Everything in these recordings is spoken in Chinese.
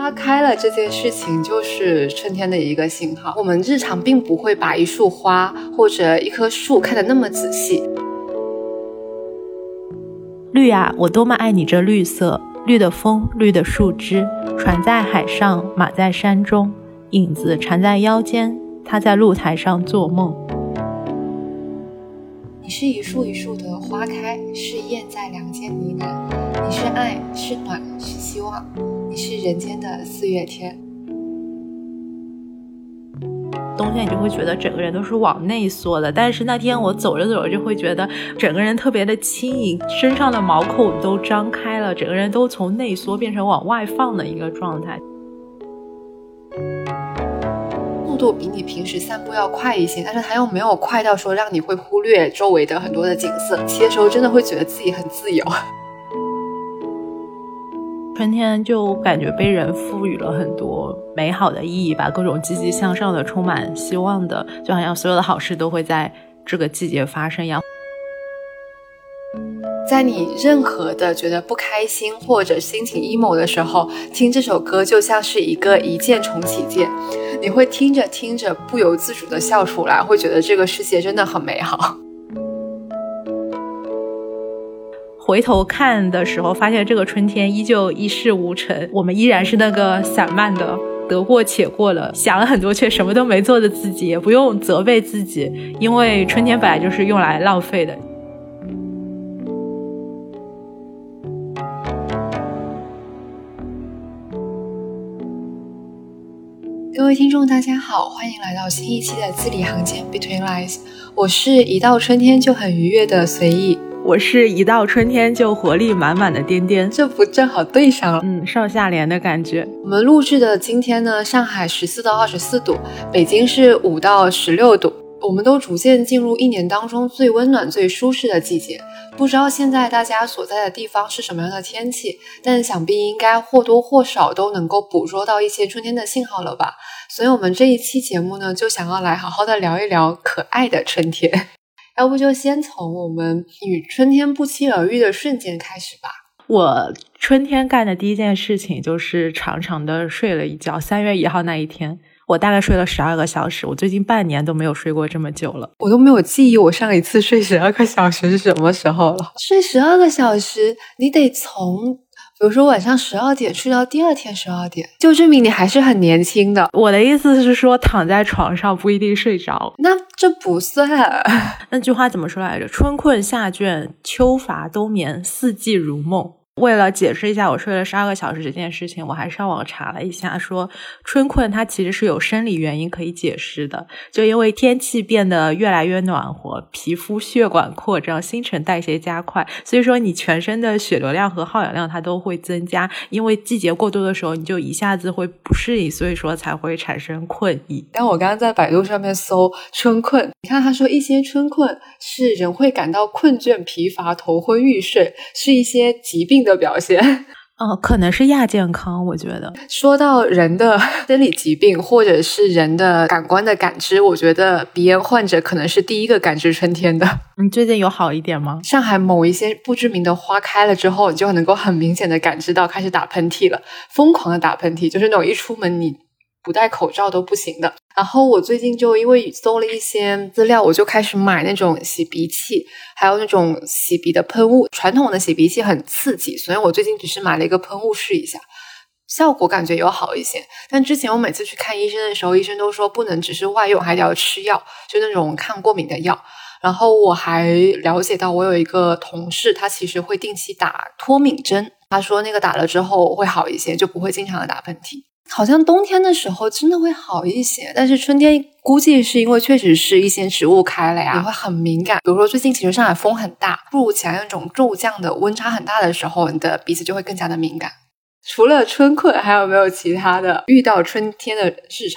花开了这件事情就是春天的一个信号，我们日常并不会把一束花或者一棵树看得那么仔细。 绿啊，我多么爱你这绿色，绿的风，绿的树枝，船在海上，马在山中，影子缠在腰间，它在露台上做梦。 你是一束一束的花开，是燕在梁间呢喃，你是爱，是暖，是希望，你是人间的4月天。 冬天你就会觉得整个人都是往内缩的，但是那天我走着走着就会觉得整个人特别的轻盈，身上的毛孔都张开了，整个人都从内缩变成往外放的一个状态。 速度比你平时散步要快一些，但是它又没有快到说让你会忽略周围的很多的景色，骑的时候真的会觉得自己很自由。 春天就感觉被人赋予了很多美好的意义吧，各种积极向上的，充满希望的，就好像所有的好事都会在这个季节发生一样。 在你任何的觉得不开心或者心情 emo 的时候，听这首歌就像是一键重启键，你会听着听着不由自主的笑出来，会觉得这个世界真的很美好。 回头看的时候，发现这个春天依旧一事无成，我们依然是那个散漫的得过且过了，想了很多却什么都没做的自己，也不用责备自己，因为春天本来就是用来浪费的。 各位听众大家好，欢迎来到新一期的字里行间 Between Lines， 我是一到春天就很愉悦的随意， 我是一到春天就活力满满的颠颠， 这不正好对上了？ 上下联的感觉。 我们录制的今天呢，上海14到24度，北京是5到16度，我们都逐渐进入一年当中最温暖最舒适的季节。不知道现在大家所在的地方是什么样的天气，但想必应该或多或少都能够捕捉到一些春天的信号了吧。所以我们这一期节目呢，就想要来好好的聊一聊可爱的春天。要不就先从我们与春天不期而遇的瞬间开始吧。 我春天干的第一件事情就是长长的睡了一觉。3月1号那一天我大概睡了12个小时，我最近半年都没有睡过这么久了。 我都没有记忆我上一次睡12个小时是什么时候了。睡12个小时你得从比如说晚上12点睡到第二天12点，就证明你还是很年轻的。 我的意思是说躺在床上不一定睡着， 那这不算。 那句话怎么说来着？春困夏倦，秋乏冬眠，四季如梦。为了解释一下我睡了12个小时这件事情，我还上网查了一下，说春困它其实是有生理原因可以解释的，就因为天气变得越来越暖和，皮肤血管扩张，新陈代谢加快，所以说你全身的血流量和耗氧量它都会增加，因为季节过多的时候你就一下子会不适应，所以说才会产生困意。 但我刚刚在百度上面搜春困，你看他说一些春困是人会感到困倦疲乏头昏欲睡，是一些疾病的表现。 可能是亚健康。我觉得说到人的生理疾病或者是人的感官的感知，我觉得鼻炎患者可能是第一个感知春天的。 你最近有好一点吗？ 上海某一些不知名的花开了之后，你就能够很明显的感知到开始打喷嚏了，疯狂的打喷嚏，就是那种一出门你不戴口罩都不行的。然后我最近就因为搜了一些资料，我就开始买那种洗鼻器，还有那种洗鼻的喷雾。传统的洗鼻器很刺激，所以我最近只是买了一个喷雾试一下，效果感觉有好一些。但之前我每次去看医生的时候，医生都说不能只是外用，还得要吃药，就那种抗过敏的药。然后我还了解到我有一个同事，他其实会定期打脱敏针，他说那个打了之后会好一些，就不会经常的打喷嚏。好像冬天的时候真的会好一些，但是春天估计是因为确实是一些植物开了呀，你会很敏感。比如说最近其实上海风很大，突如其来那种骤降的温差很大的时候，你的鼻子就会更加的敏感。除了春困还有没有其他的遇到春天的日常？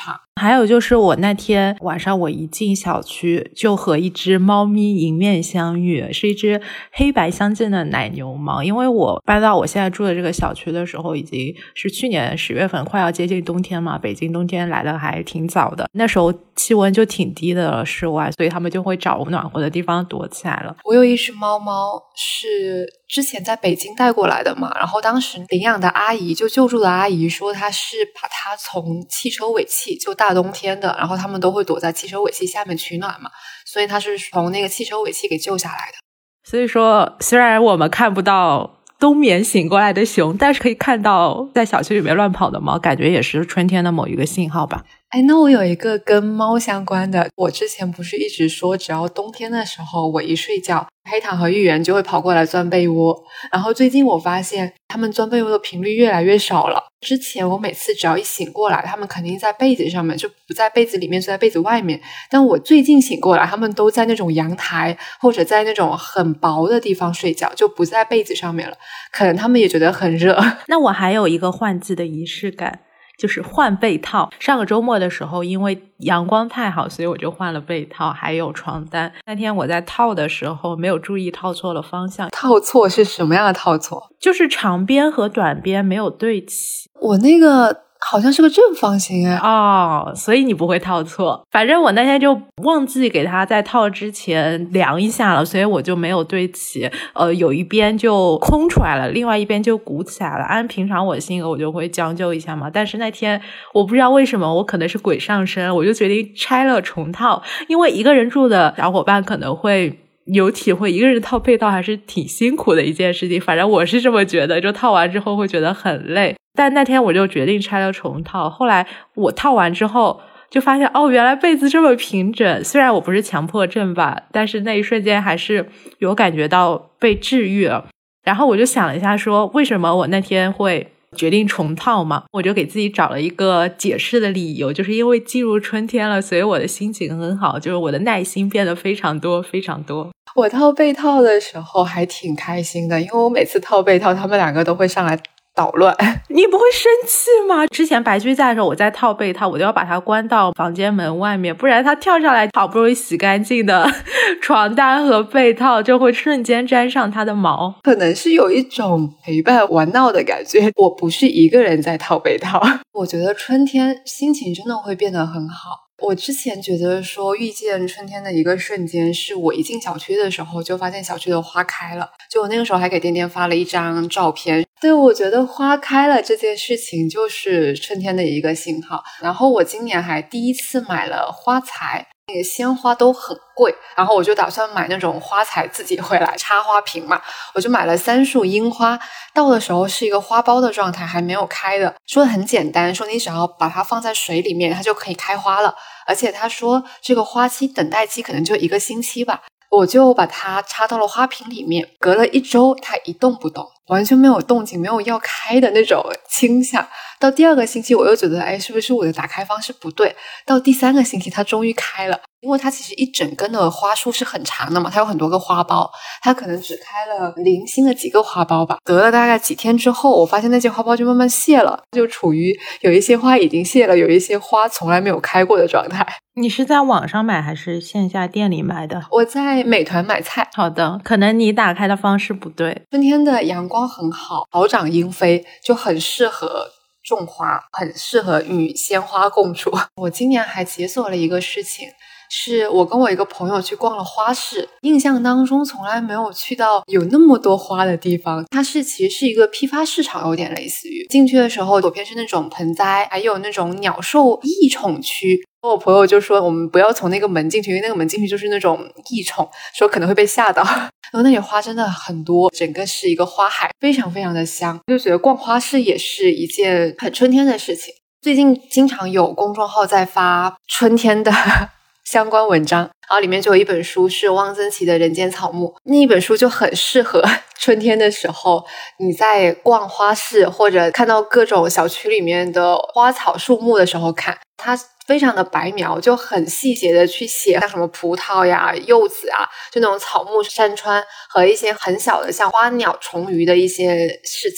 还有就是我那天晚上我一进小区就和一只猫咪迎面相遇，是一只黑白相间的奶牛猫。因为我搬到我现在住的这个小区的时候已经是去年10月份，快要接近冬天嘛，北京冬天来的还挺早的，那时候气温就挺低的了室外，所以他们就会找暖和的地方躲起来了。 我有一只猫猫是之前在北京带过来的嘛，然后当时领养的阿姨就救助的阿姨说她是把它从汽车尾气，就大冬天的，然后他们都会躲在汽车尾气下面取暖嘛，所以它是从那个汽车尾气给救下来的。 所以说虽然我们看不到冬眠醒过来的熊，但是可以看到在小区里面乱跑的猫，感觉也是春天的某一个信号吧。 哎，那我有一个跟猫相关的，我之前不是一直说只要冬天的时候我一睡觉，黑糖和芋圆就会跑过来钻被窝，然后最近我发现他们钻被窝的频率越来越少了。之前我每次只要一醒过来，他们肯定在被子上面，就不在被子里面，就在被子外面，但我最近醒过来他们都在那种阳台或者在那种很薄的地方睡觉，就不在被子上面了，可能他们也觉得很热。 那我还有一个换季的仪式感，就是换被套。上个周末的时候因为阳光太好，所以我就换了被套还有床单。那天我在套的时候没有注意套错了方向。 套错是什么样的套错？ 就是长边和短边没有对齐。 我那个好像是个正方形哎。 哦，所以你不会套错。反正我那天就忘记给它在套之前量一下了，所以我就没有对齐，有一边就空出来了，另外一边就鼓起来了。按平常我性格我就会将就一下嘛，但是那天我不知道为什么，我可能是鬼上身，我就决定拆了重套。因为一个人住的小伙伴可能会有体会，一个人套被套还是挺辛苦的一件事情，反正我是这么觉得，就套完之后会觉得很累。但那天我就决定拆了重套，后来我套完之后就发现，哦，原来被子这么平整。虽然我不是强迫症吧，但是那一瞬间还是有感觉到被治愈了。然后我就想了一下说，为什么我那天会决定重套嘛，我就给自己找了一个解释的理由，就是因为进入春天了，所以我的心情很好，就是我的耐心变得非常多非常多。 我套被套的时候还挺开心的，因为我每次套被套他们两个都会上来捣乱。 你不会生气吗？之前白居在的时候我在套被套，我就要把它关到房间门外面，不然它跳上来好不容易洗干净的床单和被套就会瞬间沾上它的毛。 可能是有一种陪伴玩闹的感觉，我不是一个人在套被套。我觉得春天心情真的会变得很好。我之前觉得说遇见春天的一个瞬间是我一进小区的时候就发现小区的花开了，就我那个时候还给颠颠发了一张照片。对，我觉得花开了这件事情就是春天的一个信号。然后我今年还第一次买了花材，那个鲜花都很贵，然后我就打算买那种花材自己回来插花瓶嘛，我就买了3束樱花，到的时候是一个花苞的状态，还没有开的，说的很简单，说你只要把它放在水里面它就可以开花了，而且他说这个花期等待期可能就1个星期吧。我就把它插到了花瓶里面，隔了1周它一动不动，完全没有动静，没有要开的那种倾向。到第2个星期我又觉得是不是我的打开方式不对，到第3个星期它终于开了。因为它其实一整根的花束是很长的嘛，它有很多个花苞，它可能只开了零星的几个花苞吧。隔了大概几天之后，我发现那些花苞就慢慢谢了，就处于有一些花已经谢了，有一些花从来没有开过的状态。 你是在网上买还是线下店里买的？ 我在美团买菜。 好的，可能你打开的方式不对。 春天的阳光很好，好长莺飞，就很适合种花，很适合与鲜花共处。我今年还解锁了一个事情，是我跟我一个朋友去逛了花市，印象当中从来没有去到有那么多花的地方。它其实是一个批发市场，有点类似于进去的时候左边是那种盆栽，还有那种鸟兽异宠区。我朋友就说我们不要从那个门进去，因为那个门进去就是那种异宠，说可能会被吓到。然后那里花真的很多，整个是一个花海，非常非常的香，就觉得逛花市也是一件很春天的事情。最近经常有公众号在发春天的相关文章，然后里面就有一本书是汪曾祺的《人间草木》，那一本书就很适合春天的时候你在逛花市或者看到各种小区里面的花草树木的时候看。它非常的白描，就很细节的去写像什么葡萄呀、柚子啊，就那种草木山川和一些很小的像花鸟虫鱼的一些事情，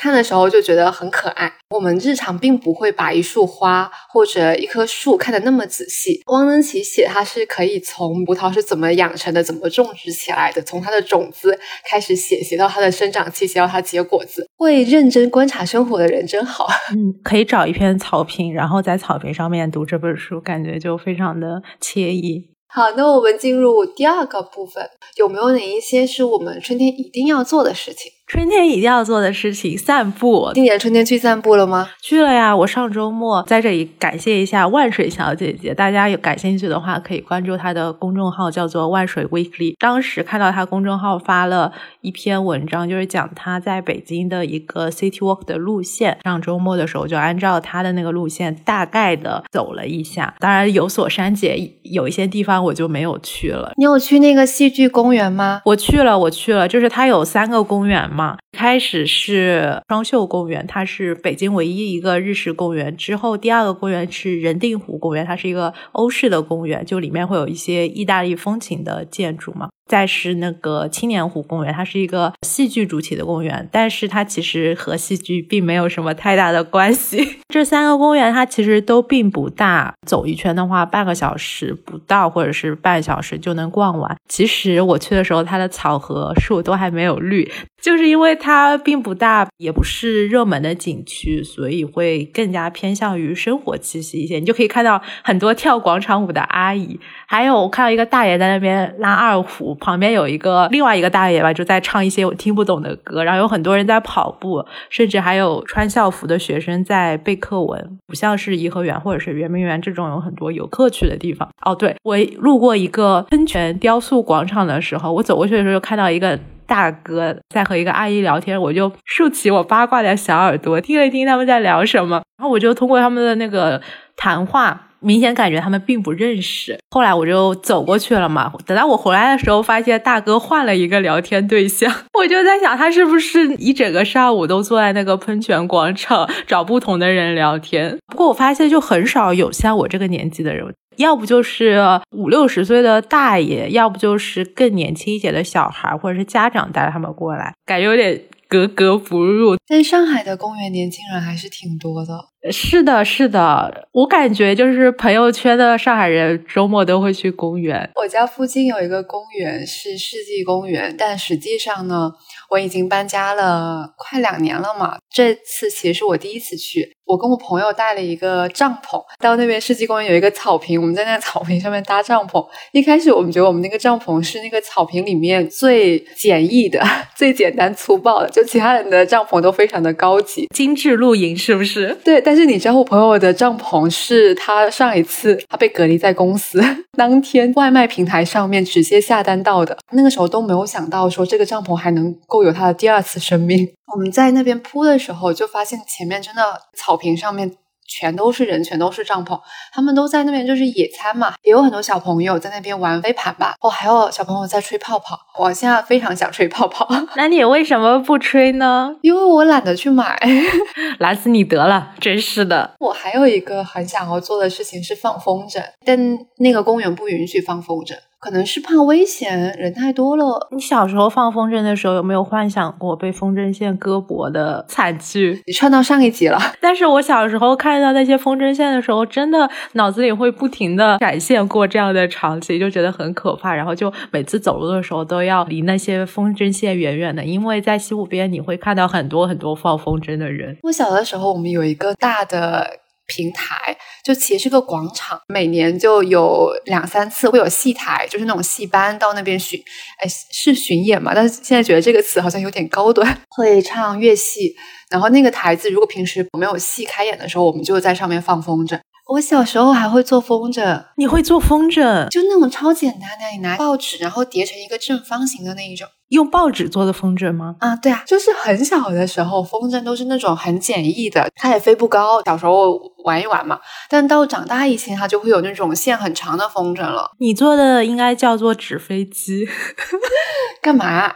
看的时候就觉得很可爱。我们日常并不会把一束花或者一棵树看得那么仔细。汪曾祺写它是可以从葡萄是怎么养成的，怎么种植起来的，从它的种子开始写到它的生长期，写到它结果子。会认真观察生活的人真好。 可以找一片草坪，然后在草坪上面读这本书，感觉就非常的惬意。 好，那我们进入第二个部分，有没有哪一些是我们春天一定要做的事情？ 春天一定要做的事情，散步。 今年春天去散步了吗？ 去了呀，我上周末在这里感谢一下万水小姐姐，大家有感兴趣的话可以关注她的公众号，叫做万水 Weekly。 当时看到她公众号发了一篇文章，就是讲她在北京的一个 City Walk 的路线，上周末的时候就按照她的那个路线大概的走了一下，当然有所删减，有一些地方我就没有去了。 你有去那个戏剧公园吗？ 我去了，就是它有3个公园嘛。开始是双秀公园，它是北京唯一一个日式公园，之后第2个公园是人定湖公园，它是一个欧式的公园，就里面会有一些意大利风情的建筑嘛。再是那个青年湖公园，它是一个戏剧主题的公园，但是它其实和戏剧并没有什么太大的关系。这3个公园它其实都并不大，走一圈的话半个小时不到，或者是半小时就能逛完。其实我去的时候它的草和树都还没有绿，就是因为它并不大，也不是热门的景区，所以会更加偏向于生活气息一些。你就可以看到很多跳广场舞的阿姨，还有我看到一个大爷在那边拉二胡，旁边有另外一个大爷吧，就在唱一些我听不懂的歌，然后有很多人在跑步，甚至还有穿校服的学生在背课文，不像是颐和园或者是圆明园这种有很多游客去的地方。哦，对，我路过一个喷泉雕塑广场的时候，我走过去的时候就看到一个大哥在和一个阿姨聊天，我就竖起我八卦的小耳朵听了听他们在聊什么，然后我就通过他们的那个谈话明显感觉他们并不认识。后来我就走过去了嘛，等到我回来的时候发现大哥换了一个聊天对象，我就在想他是不是一整个上午都坐在那个喷泉广场找不同的人聊天。不过我发现就很少有像我这个年纪的人，要不就是50-60岁的大爷，要不就是更年轻一些的小孩，或者是家长带他们过来，感觉有点格格不入。 但上海的公园年轻人还是挺多的。 是的，我感觉就是朋友圈的上海人周末都会去公园。 我家附近有一个公园是世纪公园，但实际上呢我已经搬家了快2年了嘛，这次其实是我第一次去。我跟我朋友带了一个帐篷到那边世纪公园，有一个草坪，我们在那个草坪上面搭帐篷。一开始我们觉得我们那个帐篷是那个草坪里面最简易的最简单粗暴的，就其他人的帐篷都非常的高级精致露营是不是？ 对，但是你知道我朋友的帐篷是他上一次他被隔离在公司当天外卖平台上面直接下单到的，那个时候都没有想到说这个帐篷还能够有它的第2次生命。我们在那边铺的时候就发现前面真的草坪上面全都是人，全都是帐篷，他们都在那边就是野餐嘛，也有很多小朋友在那边玩飞盘吧，还有小朋友在吹泡泡。我现在非常想吹泡泡。 那你为什么不吹呢？ 因为我懒得去买。 懒死你得了，真是的。 我还有一个很想要做的事情是放风筝，但那个公园不允许放风筝，可能是怕危险，人太多了。 你小时候放风筝的时候有没有幻想过被风筝线割脖的惨剧？ 你串到上一集了。 但是我小时候看到那些风筝线的时候，真的脑子里会不停的闪现过这样的场景，就觉得很可怕，然后就每次走路的时候都要离那些风筝线远远的，因为在西湖边你会看到很多很多放风筝的人。 我小的时候我们有一个大的平台，就其实是个广场，每年就有2-3次会有戏台，就是那种戏班到那边是巡演嘛，但是现在觉得这个词好像有点高端，会唱乐戏，然后那个台子如果平时没有戏开演的时候，我们就在上面放风筝。我小时候还会做风筝。 你会做风筝？ 就那种超简单的，你拿报纸然后叠成一个正方形的那一种。 用报纸做的风筝吗？ 啊，对啊，就是很小的时候风筝都是那种很简易的，它也飞不高，小时候玩一玩嘛。但到长大一些它就会有那种线很长的风筝了。 你做的应该叫做纸飞机。 干嘛？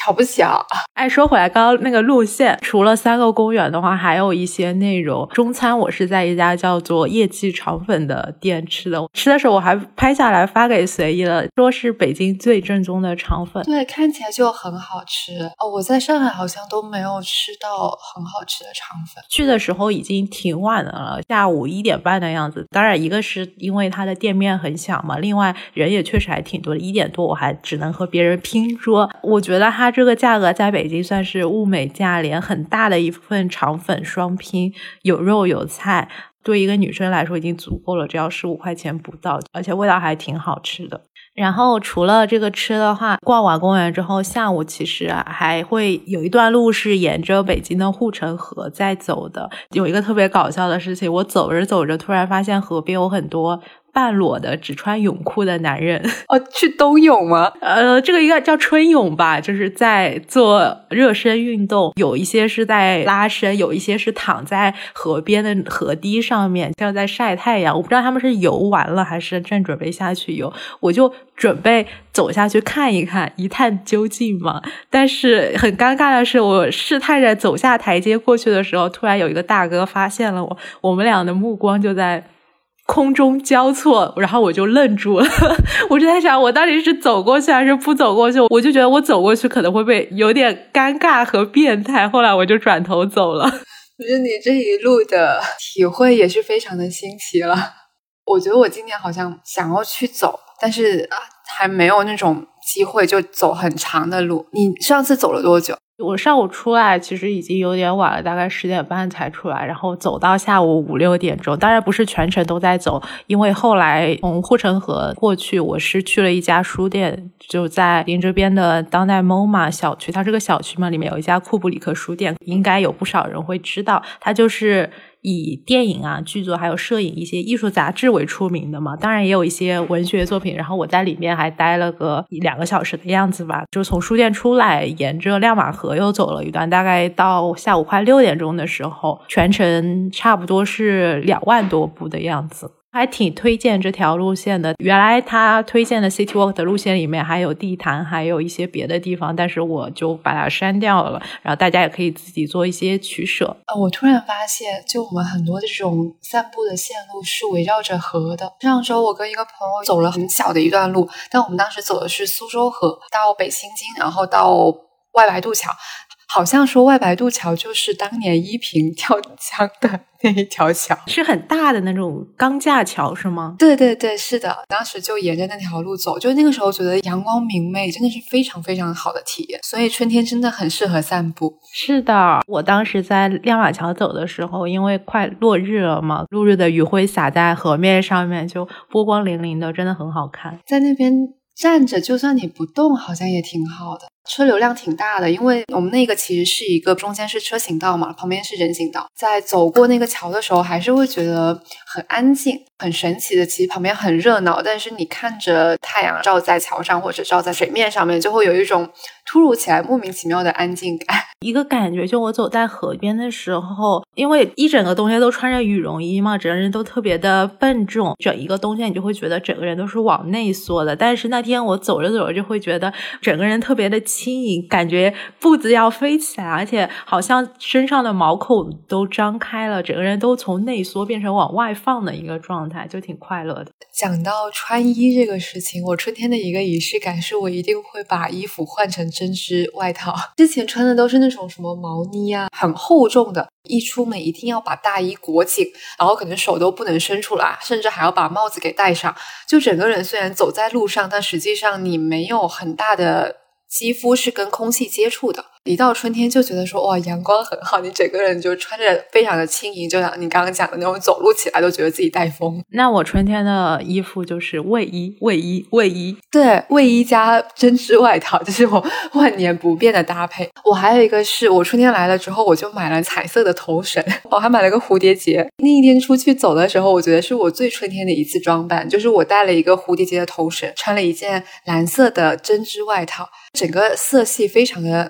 好不起啊。 哎，说回来，刚刚那个路线，除了3个公园的话，还有一些内容。中餐我是在一家叫做叶记肠粉的店吃的，吃的时候我还拍下来发给随意了，说是北京最正宗的肠粉。 对，看起来就很好吃哦。我在上海好像都没有吃到很好吃的肠粉。 去的时候已经挺晚的了，下午1点半的样子。当然，一个是因为它的店面很小嘛，另外人也确实还挺多的。1点多我还只能和别人拼桌。我觉得它这个价格在北京算是物美价廉，很大的一份肠粉双拼，有肉有菜，对一个女生来说已经足够了，只要15块钱不到，而且味道还挺好吃的。然后除了这个吃的话，逛完公园之后，下午其实还会有一段路是沿着北京的护城河在走的。有一个特别搞笑的事情，我走着走着突然发现河边有很多半裸的只穿泳裤的男人。 哦，去冬泳吗？ 这个应该叫春泳吧，就是在做热身运动，有一些是在拉伸，有一些是躺在河边的河堤上面像在晒太阳。我不知道他们是游完了还是正准备下去游，我就准备走下去看一看，一探究竟嘛。但是很尴尬的是，我试探着走下台阶过去的时候，突然有一个大哥发现了我们俩的目光就在空中交错，然后我就愣住了。我就在想，我到底是走过去还是不走过去？我就觉得我走过去可能会被有点尴尬和变态，后来我就转头走了。 我觉得你这一路的体会也是非常的新奇了。我觉得我今年好像想要去走，但是还没有那种机会就走很长的路。你上次走了多久？ 我上午出来其实已经有点晚了，大概10点半才出来，然后走到下午5、6点钟。当然不是全程都在走，因为后来从护城河过去，我是去了一家书店，就在临这边的当代 MoMA 小区。它是个小区嘛，里面有一家库布里克书店，应该有不少人会知道。它就是以电影啊、剧作还有摄影一些艺术杂志为出名的嘛，当然也有一些文学作品。然后我在里面还待了个2个小时的样子吧，就从书店出来，沿着亮马河又走了一段，大概到下午快6点钟的时候，全程差不多是2万多步的样子。还挺推荐这条路线的。原来他推荐的 City Walk 的路线里面还有地坛，还有一些别的地方，但是我就把它删掉了，然后大家也可以自己做一些取舍。 我突然发现，就我们很多这种散步的线路是围绕着河的。上周我跟一个朋友走了很小的一段路，但我们当时走的是苏州河到北新泾，然后到外白渡桥。好像说外白渡桥就是当年依萍跳江的那一条桥， 是很大的那种钢架桥是吗？ 对对对，是的。当时就沿着那条路走，就那个时候觉得阳光明媚，真的是非常非常好的体验。所以春天真的很适合散步。 是的，我当时在亮马桥走的时候，因为快落日了嘛，落日的余晖洒在河面上面，就波光粼粼的，真的很好看。 在那边站着，就算你不动，好像也挺好的。车流量挺大的，因为我们那个其实是一个中间是车行道嘛，旁边是人行道。在走过那个桥的时候，还是会觉得很安静，很神奇的。其实旁边很热闹，但是你看着太阳照在桥上或者照在水面上面，就会有一种突如其来莫名其妙的安静感。 一个感觉，就我走在河边的时候，因为一整个冬天都穿着羽绒衣嘛，整个人都特别的笨重，整一个冬天你就会觉得整个人都是往内缩的。但是那天我走着走着就会觉得整个人特别的轻盈，感觉步子要飞起来，而且好像身上的毛孔都张开了，整个人都从内缩变成往外放的一个状态，就挺快乐的。 讲到穿衣这个事情，我春天的一个仪式感是我一定会把衣服换成针织外套。之前穿的都是那种什么毛呢啊，很厚重的，一出门一定要把大衣裹紧，然后可能手都不能伸出来，甚至还要把帽子给戴上。就整个人虽然走在路上，但实际上你没有很大的肌肤是跟空气接触的。一到春天就觉得说哇，阳光很好，你整个人就穿着非常的轻盈，就像你刚刚讲的那种走路起来都觉得自己带风。 那我春天的衣服就是卫衣。 对，卫衣加针织外套，这是我万年不变的搭配。我还有一个是我春天来了之后，我就买了彩色的头绳，我还买了个蝴蝶结。那一天出去走的时候，我觉得是我最春天的一次装扮，就是我戴了一个蝴蝶结的头绳，穿了一件蓝色的针织外套，整个色系非常的暖色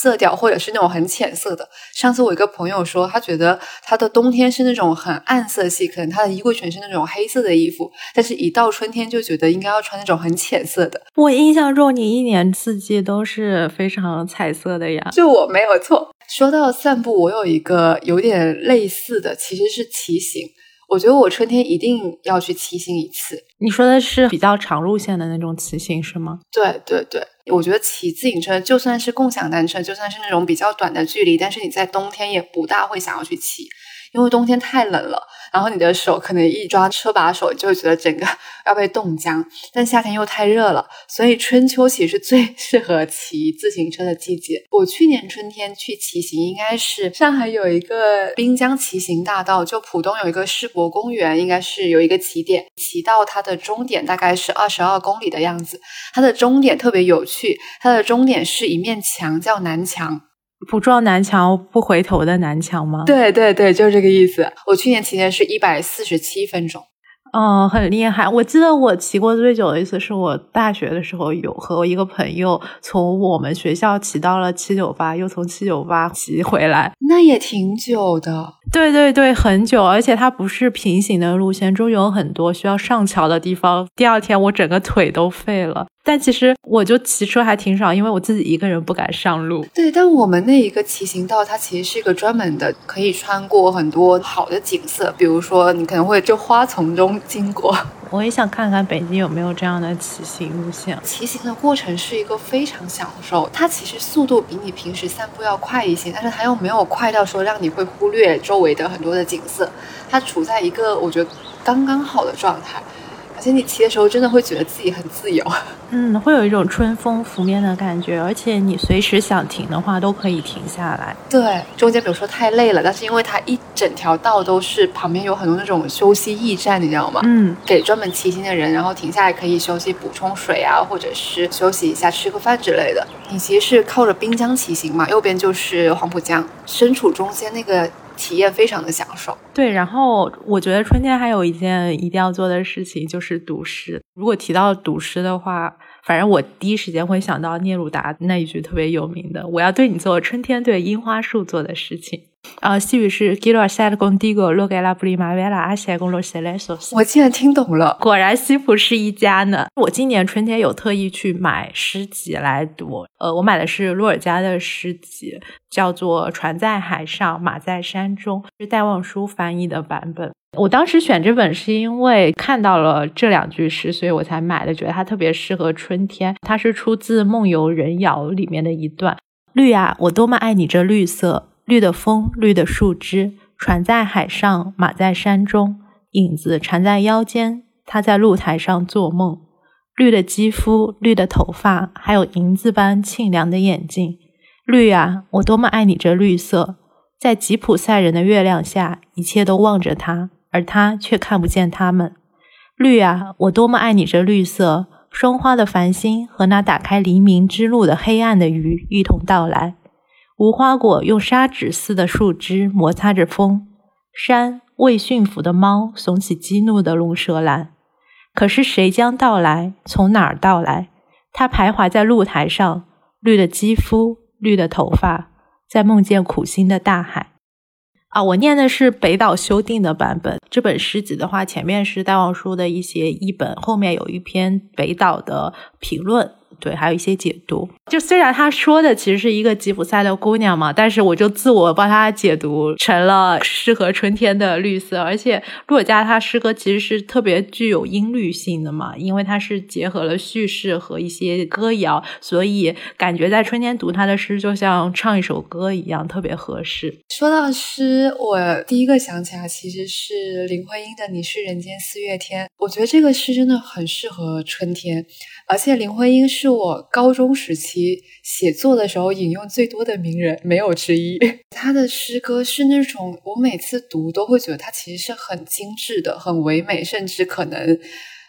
色调，或者是那种很浅色的。上次我一个朋友说，他觉得他的冬天是那种很暗色系，可能他的衣柜全是那种黑色的衣服，但是一到春天就觉得应该要穿那种很浅色的。 我印象中你一年四季都是非常彩色的呀。 就我没有错。说到散步，我有一个有点类似的，其实是骑行。我觉得我春天一定要去骑行一次。 你说的是比较长路线的那种骑行是吗？ 对对对，我觉得骑自行车就算是共享单车，就算是那种比较短的距离，但是你在冬天也不大会想要去骑，因为冬天太冷了，然后你的手可能一抓车把手就会觉得整个要被冻僵，但夏天又太热了，所以春秋其实是最适合骑自行车的季节。我去年春天去骑行，应该是上海有一个滨江骑行大道，就浦东有一个世博公园，应该是有一个起点，骑到它的终点大概是22公里的样子。它的终点特别有趣，它的终点是一面墙，叫南墙。 不撞南墙不回头的南墙吗？ 对对对，就是这个意思。我去年骑的是147分钟。 很厉害。我记得我骑过最久的一次是我大学的时候，有和我一个朋友从我们学校骑到了798，又从798骑回来， 那也挺久的。 对对对，很久，而且它不是平行的路线，中有很多需要上桥的地方。第二天我整个腿都废了，但其实我就骑车还挺少，因为我自己一个人不敢上路。 对，但我们那一个骑行道它其实是一个专门的，可以穿过很多好的景色，比如说你可能会就花丛中经过。 我也想看看北京有没有这样的骑行路线。 骑行的过程是一个非常享受，它其实速度比你平时散步要快一些，但是它又没有快到说让你会忽略周围的很多的景色，它处在一个我觉得刚刚好的状态，而且你骑的时候真的会觉得自己很自由。 会有一种春风拂面的感觉，而且你随时想停的话都可以停下来。 对，中间比如说太累了，但是因为它一整条道都是旁边有很多那种休息驿站，你知道吗？给专门骑行的人，然后停下来可以休息补充水啊，或者是休息一下吃个饭之类的。你其实是靠着滨江骑行嘛，右边就是黄浦江，身处中间那个体验非常的享受。 对，然后我觉得春天还有一件一定要做的事情就是读诗。如果提到读诗的话，反正我第一时间会想到聂鲁达那一句特别有名的，我要对你做春天对樱花树做的事情。西语是 Quiero hacer contigo lo que la primavera hace con los cerezos。 我竟然听懂了， 果然西普是一家呢。我今年春天有特意去买诗集来读，我买的是洛尔加的诗集，叫做《船在海上，马在山中》，是戴望舒翻译的版本。我当时选这本是因为看到了这两句诗，所以我才买的，觉得它特别适合春天。它是出自《梦游人谣》里面的一段：绿啊，我多么爱你这绿色，绿的风，绿的树枝，船在海上，马在山中，影子缠在腰间，他在露台上做梦。绿的肌肤，绿的头发，还有银子般沁凉的眼睛。绿啊，我多么爱你这绿色，在吉普赛人的月亮下，一切都望着他，而他却看不见他们。绿啊，我多么爱你这绿色，霜花的繁星和那打开黎明之路的黑暗的鱼一同到来。无花果用砂纸似的树枝摩擦着风，山为驯服的猫耸起激怒的龙舌兰。可是谁将到来？从哪儿到来？它徘徊在露台上，绿的肌肤，绿的头发，在梦见苦心的大海。我念的是北岛修订的版本。这本诗集的话，前面是戴望舒的一些译本，后面有一篇北岛的评论，对，还有一些解读。就虽然他说的其实是一个吉普赛的姑娘嘛，但是我就自我帮他解读成了适合春天的绿色。而且洛尔加他诗歌其实是特别具有音律性的嘛，因为它是结合了叙事和一些歌谣，所以感觉在春天读他的诗就像唱一首歌一样，特别合适。 说到诗，我第一个想起来其实是林徽因的《你是人间四月天》。我觉得这个诗真的很适合春天，而且林徽因是我高中时期写作的时候引用最多的名人，没有之一。她的诗歌是那种我每次读都会觉得它其实是很精致的，很唯美，甚至可能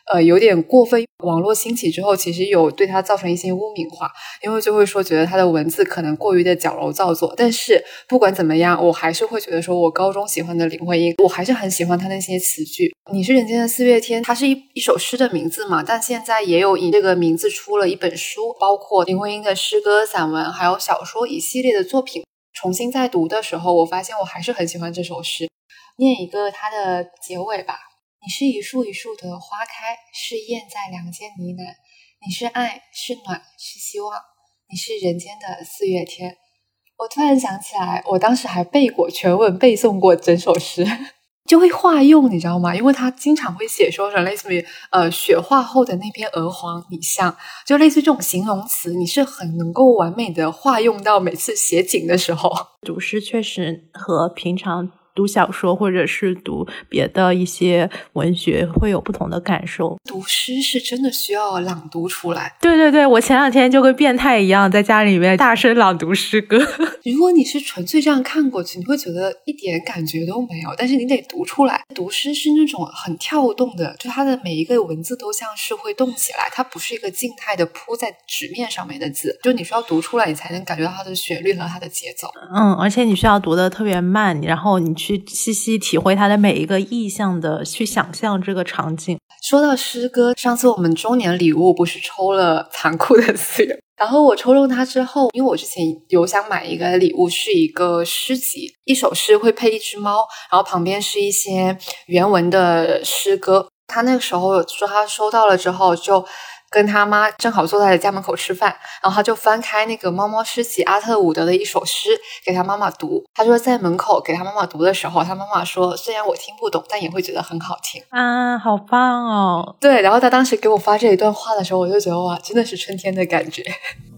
有点过分。网络兴起之后，其实有对他造成一些污名化，因为就会说觉得他的文字可能过于的矫揉造作。但是不管怎么样，我还是会觉得说我高中喜欢的林徽因，我还是很喜欢他那些词句。你是人间的四月天，它是一首诗的名字嘛，但现在也有以这个名字出了一本书，包括林徽因的诗歌、散文还有小说一系列的作品。重新再读的时候，我发现我还是很喜欢这首诗。念一个它的结尾吧。你是一树一树的花开，是燕在梁间呢喃，你是爱，是暖，是希望，你是人间的四月天。我突然想起来，我当时还背过全文，背诵过整首诗，就会化用，你知道吗？因为他经常会写说类似于雪化后的那片鹅黄你像，就类似于这种形容词，你是很能够完美的化用到每次写景的时候。 读诗确实和平常读小说或者是读别的一些文学会有不同的感受。 读诗是真的需要朗读出来。 对对对，我前两天就跟变态一样在家里面大声朗读诗歌。 如果你是纯粹这样看过去，你会觉得一点感觉都没有，但是你得读出来。读诗是那种很跳动的，就它的每一个文字都像是会动起来，它不是一个静态的铺在纸面上面的字，就你需要读出来，你才能感觉到它的旋律和它的节奏。 而且你需要读得特别慢，然后你去细细体会它的每一个意象的去想象这个场景。 说到诗歌，上次我们周年礼物不是抽了残酷的4月，然后我抽中它之后，因为我之前有想买一个礼物，是一个诗集，一首诗会配一只猫，然后旁边是一些原文的诗歌。他那个时候说他收到了之后，就跟他妈正好坐在家门口吃饭，然后他就翻开那个猫猫诗集阿特伍德的一首诗给他妈妈读。他说在门口给他妈妈读的时候，他妈妈说虽然我听不懂，但也会觉得很好听啊，好棒哦。 对，然后他当时给我发这一段话的时候，我就觉得哇，真的是春天的感觉。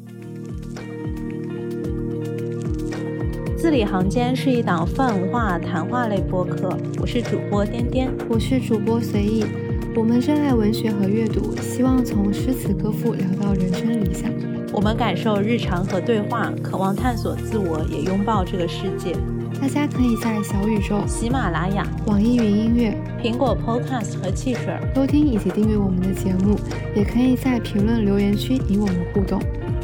字里行间是一档泛文化谈话类播客，我是主播颠颠， 我是主播随意。我们热爱文学和阅读，希望从诗词歌赋聊到人生理想。 我们感受日常和对话，渴望探索自我，也拥抱这个世界。 大家可以在小宇宙、 喜马拉雅、 网易云音乐、 苹果 Podcast 和汽水收听以及订阅我们的节目，也可以在评论留言区与我们互动。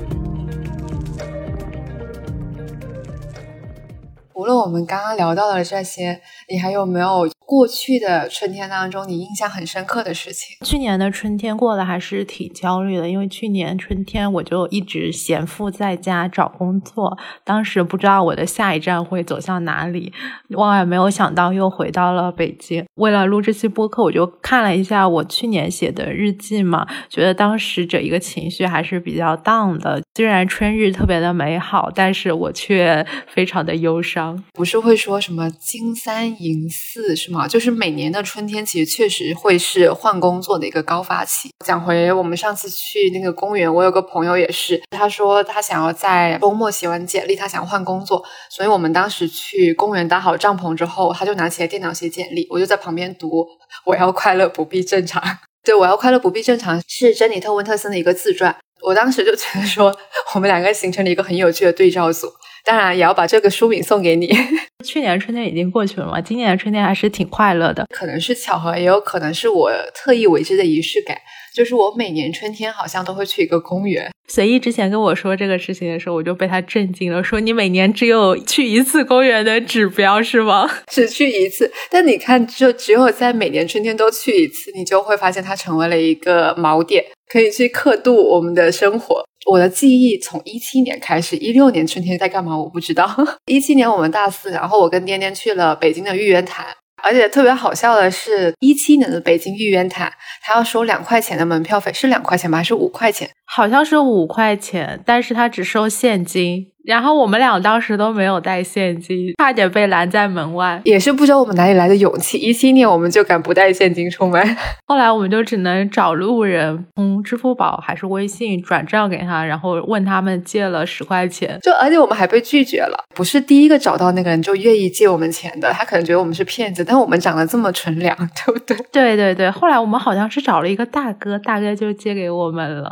除了我们刚刚聊到的这些，你还有没有过去的春天当中你印象很深刻的事情？ 去年的春天过得还是挺焦虑的，因为去年春天我就一直闲赋在家找工作，当时不知道我的下一站会走向哪里，万万没有想到又回到了北京。为了录这期播客，我就看了一下我去年写的日记嘛，觉得当时这一个情绪还是比较 down 的。虽然春日特别的美好，但是我却非常的忧伤。 不是会说什么金三银四是吗？就是每年的春天其实确实会是换工作的一个高发期。讲回我们上次去那个公园，我有个朋友也是，他说他想要在周末写完简历，他想换工作，所以我们当时去公园搭好帐篷之后，他就拿起了电脑写简历，我就在旁边读我要快乐不必正常。对，我要快乐不必正常是珍妮特温特森的一个自传，我当时就觉得说我们两个形成了一个很有趣的对照组，当然也要把这个书名送给你。 去年春天已经过去了嘛，今年的春天还是挺快乐的。 可能是巧合，也有可能是我特意为之的仪式感，就是我每年春天好像都会去一个公园。 随意之前跟我说这个事情的时候，我就被他震惊了，说你每年只有去一次公园的指标是吗？ 只去一次，但你看就只有在每年春天都去一次，你就会发现它成为了一个锚点，可以去刻度我们的生活。我的记忆从17年开始，16年春天在干嘛我不知道。17年我们大4，然后我跟颠颠去了北京的玉渊潭，而且特别好笑的是17年的北京玉渊潭他要收2块钱的门票费，是2块钱吗？还是5块钱？ 好像是5块钱，但是他只收现金，然后我们俩当时都没有带现金，差点被拦在门外， 也是不知道我们哪里来的勇气，17年我们就敢不带现金出门。 后来我们就只能找路人从支付宝还是微信转账给他，然后问他们借了10块钱， 而且我们还被拒绝了，不是第一个找到那个人就愿意借我们钱的，他可能觉得我们是骗子，但我们长得这么纯良，对不对？ 对对对，后来我们好像是找了一个大哥，大哥就借给我们了。 还有一个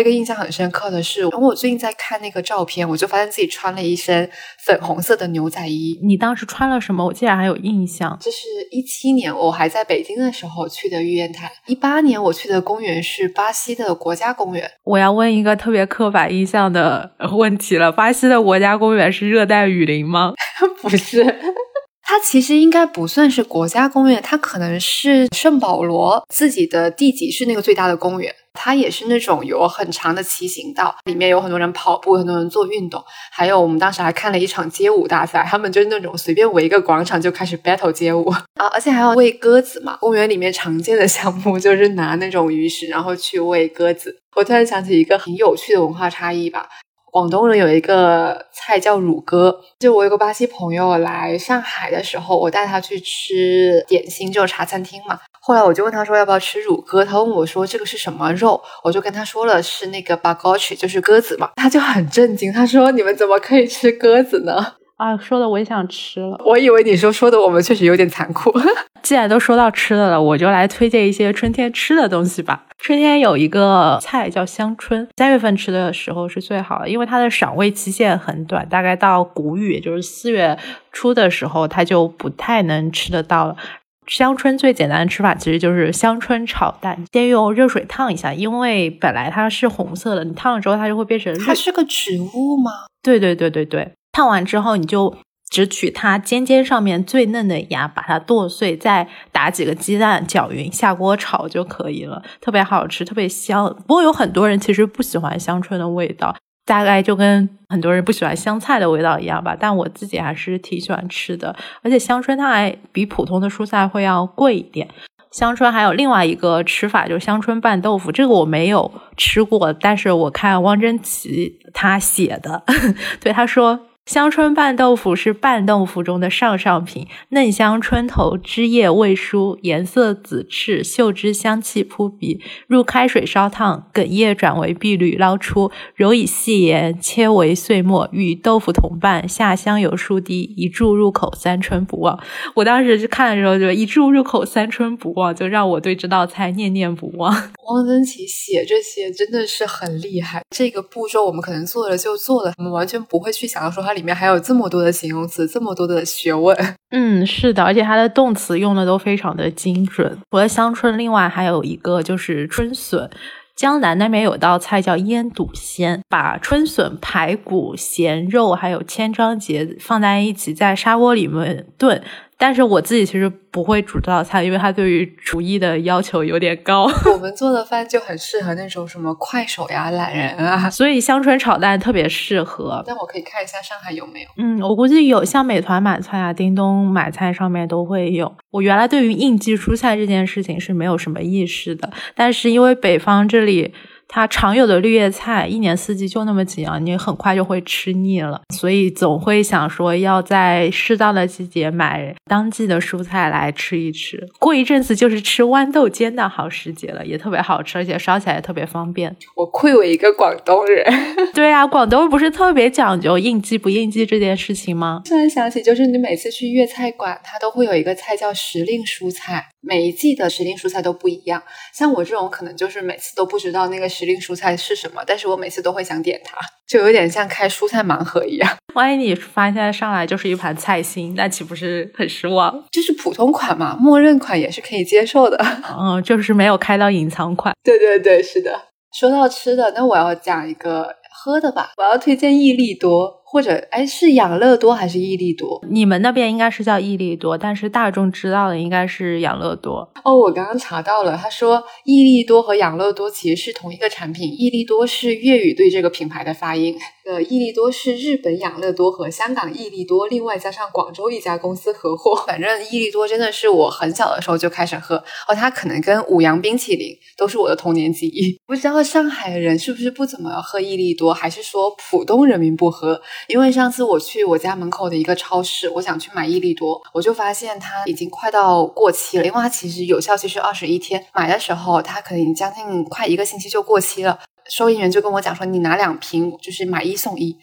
个印象很深刻的是，我最近在看那个照片，我就发现自己穿了一身粉红色的牛仔衣。 你当时穿了什么？我竟然还有印象。 这是17年我还在北京的时候去的玉渊潭，18年我去的公园是巴西的国家公园。 我要问一个特别刻板印象的问题了，巴西的国家公园是热带雨林吗？ 不是，它其实应该不算是国家公园，它可能是圣保罗自己的地级是那个最大的公园。它也是那种有很长的骑行道，里面有很多人跑步，很多人做运动，还有我们当时还看了一场街舞大赛，他们就是那种随便围一个广场就开始 battle 街舞啊，而且还要喂鸽子嘛。公园里面常见的项目就是拿那种鱼食然后去喂鸽子。我突然想起一个很有趣的文化差异吧，广东人有一个菜叫乳鸽，就我有个巴西朋友来上海的时候，我带他去吃点心，就是茶餐厅嘛。后来我就问他说要不要吃乳鸽，他问我说这个是什么肉，我就跟他说了是那个 bagochi， 就是鸽子嘛。他就很震惊，他说你们怎么可以吃鸽子呢？ 啊，说的我也想吃了。 我以为你说的我们确实有点残酷。 既然都说到吃的了，我就来推荐一些春天吃的东西吧。春天有一个菜叫香椿，3月份吃的时候是最好的，因为它的赏味期限很短，大概到谷雨，也就是4月初的时候，它就不太能吃得到了。香椿最简单的吃法其实就是香椿炒蛋，先用热水烫一下，因为本来它是红色的，你烫了之后它就会变成绿。 它是个植物吗？ 对，烫完之后你就只取它尖尖上面最嫩的芽，把它剁碎，再打几个鸡蛋搅匀，下锅炒就可以了，特别好吃，特别香。不过有很多人其实不喜欢香椿的味道，大概就跟很多人不喜欢香菜的味道一样吧，但我自己还是挺喜欢吃的。而且香椿它还比普通的蔬菜会要贵一点。香椿还有另外一个吃法，就是香椿拌豆腐，这个我没有吃过，但是我看汪曾祺他写的对，他说香椿拌豆腐是拌豆腐中的上品，嫩香椿头汁液未疏，颜色紫赤，嗅之香气扑鼻。入开水烧烫，梗叶转为碧绿，捞出，揉以细盐，切为碎末，与豆腐同拌，下香油数滴，一注入口，三春不忘。我当时看的时候就一注入口，三春不忘，就让我对这道菜念念不忘。 汪曾祺写这些真的是很厉害，这个步骤我们可能做了就做了，我们完全不会去想到说它里面还有这么多的形容词，这么多的学问。 是的，而且它的动词用的都非常的精准。除了香椿，另外还有一个就是春笋。江南那边有道菜叫腌笃鲜，把春笋、排骨、咸肉还有千张结放在一起，在砂锅里面炖。但是我自己其实不会煮这道菜，因为它对于厨艺的要求有点高。 我们做的饭就很适合那种什么快手呀、懒人啊， 所以香椿炒蛋特别适合。 但我可以看一下上海有没有。 我估计有，像美团买菜啊、叮咚买菜上面都会有。我原来对于应季蔬菜这件事情是没有什么意识的，但是因为北方这里它常有的绿叶菜一年四季就那么几样，你很快就会吃腻了，所以总会想说要在适当的季节买当季的蔬菜来吃一吃。过一阵子就是吃豌豆尖的好时节了，也特别好吃，而且烧起来也特别方便。 我愧为一个广东人。 对啊，广东不是特别讲究应季不应季这件事情吗？ 突然想起，就是你每次去粤菜馆，它都会有一个菜叫时令蔬菜，每一季的时令蔬菜都不一样。像我这种可能就是每次都不知道那个时令蔬菜是什么，但是我每次都会想点它，就有点像开蔬菜盲盒一样。 万一你发现上来就是一盘菜心，那岂不是很失望？ 就是普通款嘛，默认款也是可以接受的。 就是没有开到隐藏款。 对，是的。说到吃的，那我要讲一个喝的吧，我要推荐益力多，或者是养乐多还是益力多？ 你们那边应该是叫益力多，但是大众知道的应该是养乐多。 我刚刚查到了，他说益力多和养乐多其实是同一个产品，益力多是粤语对这个品牌的发音，益力多是日本养乐多和香港益力多另外加上广州一家公司合伙。反正益力多真的是我很小的时候就开始喝，它可能跟五羊冰淇淋都是我的童年记忆。不知道上海人是不是不怎么喝益力多，还是说浦东人民不喝？因为上次我去我家门口的一个超市，我想去买益力多，我就发现它已经快到过期了，因为它其实有效期是21天，买的时候它可能将近快1个星期就过期了。收银员就跟我讲说你拿2瓶就是买1送1，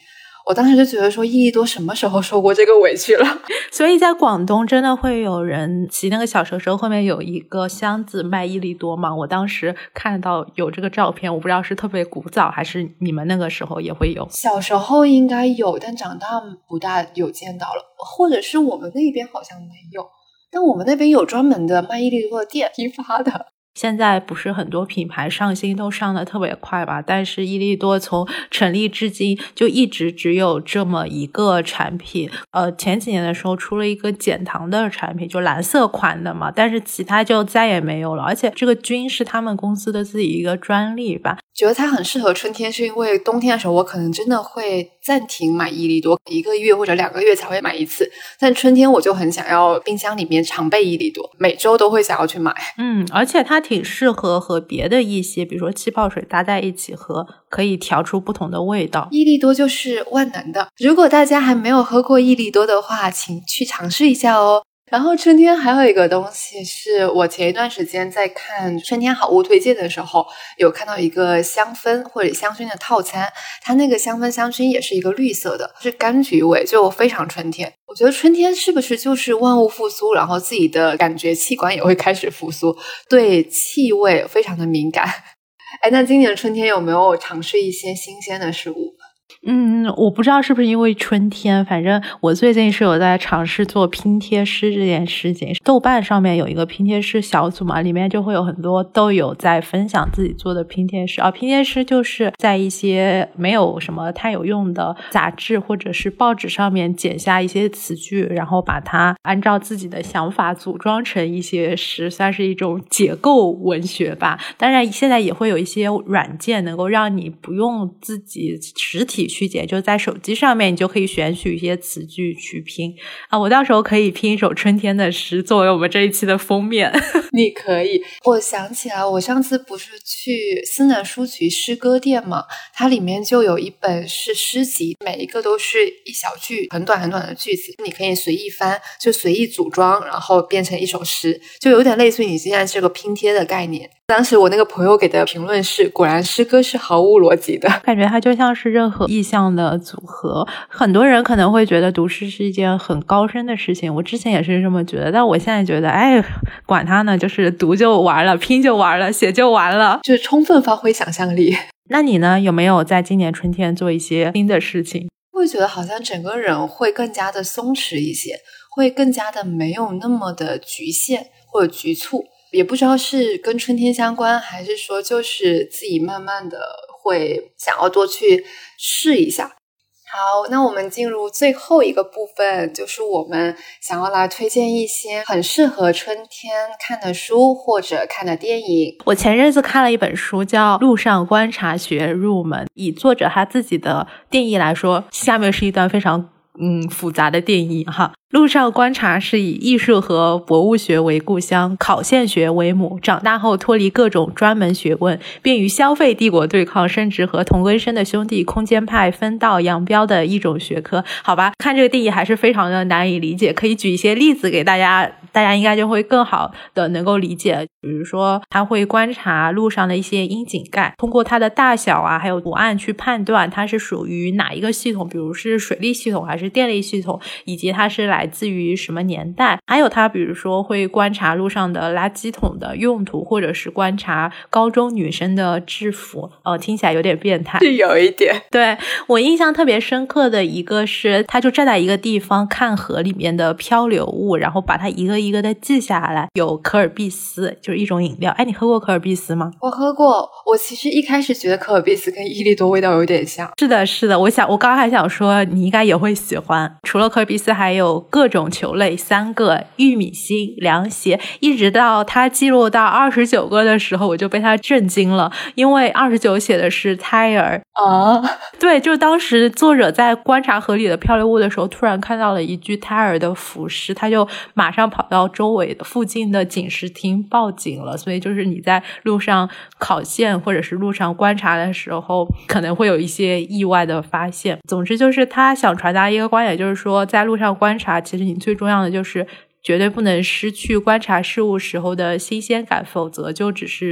我当时就觉得说益力多什么时候受过这个委屈了。 所以在广东真的会有人骑那个小车车后面有一个箱子卖益力多吗？我当时看到有这个照片，我不知道是特别古早还是你们那个时候也会有。 小时候应该有，但长大不大有见到了，或者是我们那边好像没有，但我们那边有专门的卖益力多的店批发的。 现在不是很多品牌上新都上的特别快吧，但是益力多从成立至今就一直只有这么一个产品。前几年的时候出了一个减糖的产品，就蓝色款的嘛，但是其他就再也没有了，而且这个菌是他们公司的自己一个专利吧。 觉得它很适合春天，是因为冬天的时候我可能真的会暂停买益力多，1个月或者2个月才会买一次，但春天我就很想要冰箱里面常备益力多，每周都会想要去买。 而且它挺适合和别的一些比如说气泡水搭在一起喝，可以调出不同的味道。 益力多就是万能的，如果大家还没有喝过益力多的话，请去尝试一下哦。然后春天还有一个东西是我前一段时间在看春天好物推荐的时候有看到一个香氛或者香薰的套餐，它那个香氛香薰也是一个绿色的，是柑橘味，就非常春天。我觉得春天是不是就是万物复苏，然后自己的感觉器官也会开始复苏，对气味非常的敏感。那今年春天有没有尝试一些新鲜的食物？ 我不知道是不是因为春天，反正我最近是有在尝试做拼贴师这件事情。豆瓣上面有一个拼贴师小组嘛，里面就会有很多都有在分享自己做的拼贴师。拼贴师就是在一些没有什么太有用的杂志或者是报纸上面剪下一些词句，然后把它按照自己的想法组装成一些诗，算是一种解构文学吧。当然现在也会有一些软件能够让你不用自己实体去剪，就在手机上面你就可以选取一些词句去拼我到时候可以拼一首春天的诗作为我们这一期的封面。 你可以，我想起来我上次不是去思南书局诗歌店嘛，它里面就有一本是诗集，每一个都是一小句很短很短的句子，你可以随意翻，就随意组装，然后变成一首诗，就有点类似于你现在这个拼贴的概念。当时我那个朋友给的评论是，果然诗歌是毫无逻辑的， 感觉它就像是任何意象的组合。很多人可能会觉得读诗是一件很高深的事情，我之前也是这么觉得，但我现在觉得管它呢，就是读就完了，拼就完了，写就完了， 就是充分发挥想象力。 那你呢，有没有在今年春天做一些新的事情？ 我会觉得好像整个人会更加的松弛一些，会更加的没有那么的局限或者局促，也不知道是跟春天相关，还是说就是自己慢慢的会想要多去试一下。好，那我们进入最后一个部分，就是我们想要来推荐一些很适合春天看的书或者看的电影。 我前阵子看了一本书叫《路上观察学入门》，以作者他自己的定义来说，下面是一段非常复杂的定义哈。路上观察是以艺术和博物学为故乡，考现学为母，长大后脱离各种专门学问，便与消费帝国对抗，甚至和同根生的兄弟空间派分道扬镳的一种学科。好吧，看这个定义还是非常的难以理解，可以举一些例子给大家应该就会更好的能够理解。比如说他会观察路上的一些窨井盖，通过它的大小还有图案去判断它是属于哪一个系统，比如是水利系统还是电力系统，以及它是来自于什么年代。还有他比如说会观察路上的垃圾桶的用途，或者是观察高中女生的制服。听起来有点变态， 是有一点。 对，我印象特别深刻的一个是，他就站在一个地方看河里面的漂流物，然后把它一个一个的记下来。有可尔必斯，就是一种饮料。你喝过可尔必斯吗？ 我喝过，我其实一开始觉得可尔必斯跟益力多味道有点像。 是的，我刚刚还想说你应该也会喜欢。除了可尔必斯还有各种球类3个，玉米芯、凉鞋，一直到他记录到29个的时候，我就被他震惊了，因为29写的是胎儿对，就当时作者在观察河里的漂流物的时候，突然看到了一具胎儿的浮尸，他就马上跑到周围的附近的警视厅报警了。所以就是你在路上考线或者是路上观察的时候，可能会有一些意外的发现。总之就是他想传达一个观点，就是说在路上观察，其实你最重要的就是绝对不能失去观察事物时候的新鲜感，否则就只是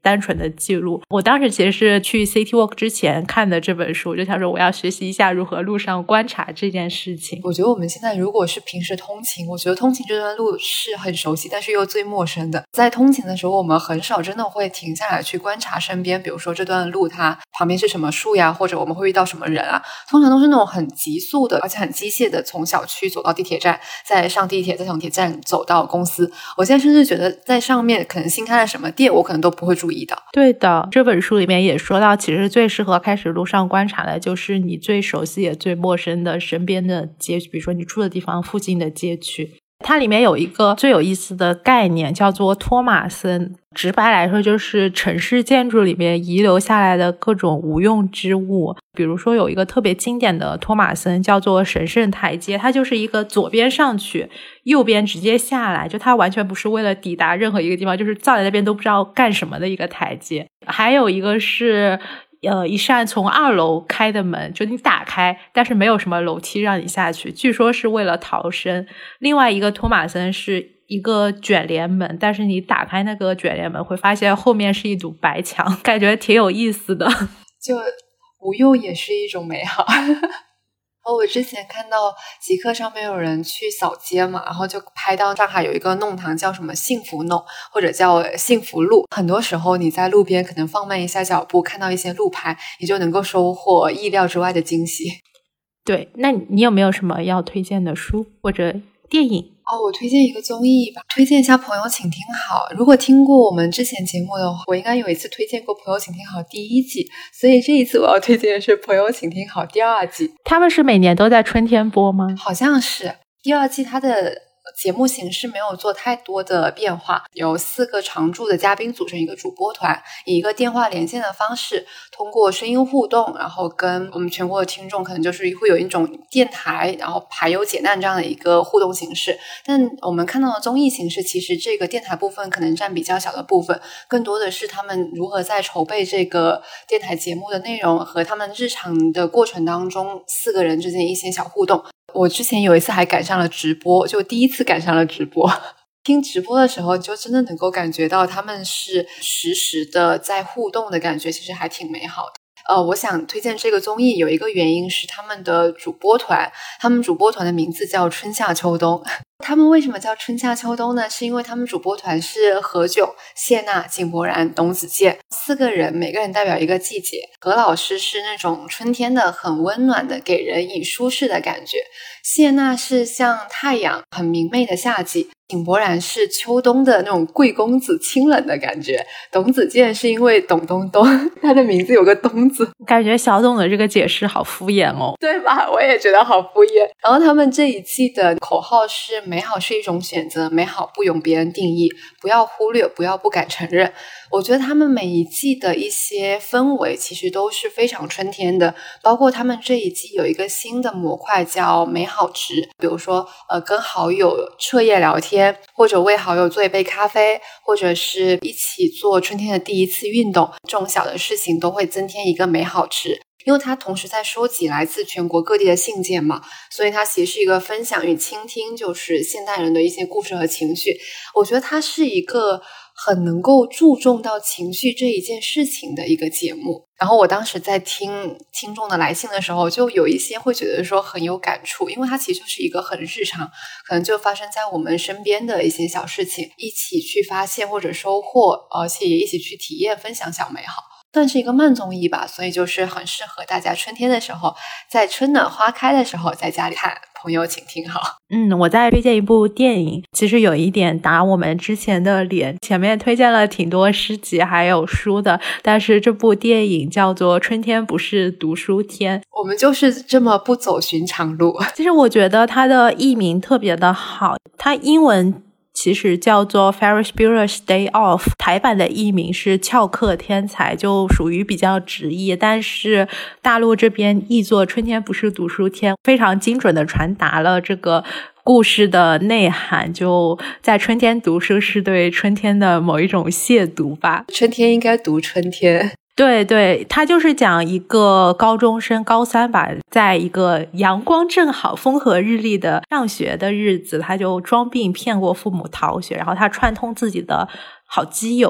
单纯的记录。我当时其实是去 City Walk 之前看的这本书，就想说我要学习一下如何路上观察这件事情。 我觉得我们现在如果是平时通勤，我觉得通勤这段路是很熟悉但是又最陌生的。在通勤的时候我们很少真的会停下来去观察身边，比如说这段路它旁边是什么树呀，或者我们会遇到什么人啊，通常都是那种很急速的而且很机械的从小区走到地铁站，再上地铁，再从地铁站走到公司。我现在甚至觉得在上面可能新开了什么店我可能都不会注意到。 对的，这本书里面也说到，其实最适合开始路上观察的就是你最熟悉也最陌生的身边的街区，比如说你住的地方附近的街区。它里面有一个最有意思的概念叫做托马森，直白来说就是城市建筑里面遗留下来的各种无用之物。比如说有一个特别经典的托马森叫做神圣台阶，它就是一个左边上去右边直接下来，就它完全不是为了抵达任何一个地方，就是造在那边都不知道干什么的一个台阶。还有一个是一扇从2楼开的门，就你打开但是没有什么楼梯让你下去，据说是为了逃生。另外一个托马森是一个卷帘门，但是你打开那个卷帘门会发现后面是一堵白墙，感觉挺有意思的。 就无用也是一种美好。我之前看到极客上面有人去扫街嘛，然后就拍到上海有一个弄堂叫什么幸福弄，或者叫幸福路。很多时候你在路边可能放慢一下脚步，看到一些路牌，你就能够收获意料之外的惊喜。 对，那你有没有什么要推荐的书或者电影？ 我推荐一个综艺吧，推荐一下朋友请听好。如果听过我们之前节目的话，我应该有一次推荐过朋友请听好第1季，所以这一次我要推荐的是朋友请听好第2季。 他们是每年都在春天播吗？ 好像是。第2季它的节目形式没有做太多的变化，有4个常驻的嘉宾组成一个主播团，以一个电话连线的方式，通过声音互动，然后跟我们全国的听众可能就是会有一种电台然后排忧解难这样的一个互动形式。但我们看到的综艺形式，其实这个电台部分可能占比较小的部分，更多的是他们如何在筹备这个电台节目的内容和他们日常的过程当中4个人之间一些小互动。我之前有一次还赶上了直播，就第1次赶上了直播。听直播的时候就真的能够感觉到他们是实时的在互动的感觉，其实还挺美好的。我想推荐这个综艺有一个原因是他们的主播团，他们主播团的名字叫春夏秋冬。他们为什么叫春夏秋冬呢？是因为他们主播团是何炅、谢娜、井柏然、董子健4个人，每个人代表一个季节。何老师是那种春天的很温暖的，给人以舒适的感觉。谢娜是像太阳很明媚的夏季，井柏然是秋冬的那种贵公子清冷的感觉，董子健是因为董东东，他的名字有个东字。 感觉小董的这个解释好敷衍哦， 对吧？我也觉得好敷衍。然后他们这一季的口号是美好是一种选择，美好不用别人定义，不要忽略，不要不敢承认。我觉得他们每一季的一些氛围其实都是非常春天的，包括他们这一季有一个新的模块叫美好值，比如说跟好友彻夜聊天，或者为好友做一杯咖啡，或者是一起做春天的第1次运动，这种小的事情都会增添一个美好值。因为它同时在收集来自全国各地的信件嘛，所以它其实是一个分享与倾听，就是现代人的一些故事和情绪。我觉得它是一个很能够注重到情绪这一件事情的一个节目。然后我当时在听听众的来信的时候，就有一些会觉得说很有感触，因为它其实就是一个很日常，可能就发生在我们身边的一些小事情，一起去发现或者收获，而且也一起去体验分享小美好。算是一个慢综艺吧，所以就是很适合大家春天的时候，在春暖花开的时候在家里看。朋友请听好。 我再推荐一部电影，其实有一点打我们之前的脸，前面推荐了挺多诗集还有书的，但是这部电影叫做《春天不是读书天》。 我们就是这么不走寻常路。 其实我觉得它的译名特别的好，它英文其实叫做 Ferris Bueller's Day Off， 台版的译名是翘课天才，就属于比较直译，但是大陆这边译作春天不是读书天，非常精准的传达了这个故事的内涵，就在春天读书是对春天的某一种亵渎吧。 春天应该读春天。 对对，他就是讲一个高中生高3吧，在一个阳光正好风和日丽的上学的日子，他就装病骗过父母逃学，然后他串通自己的好基友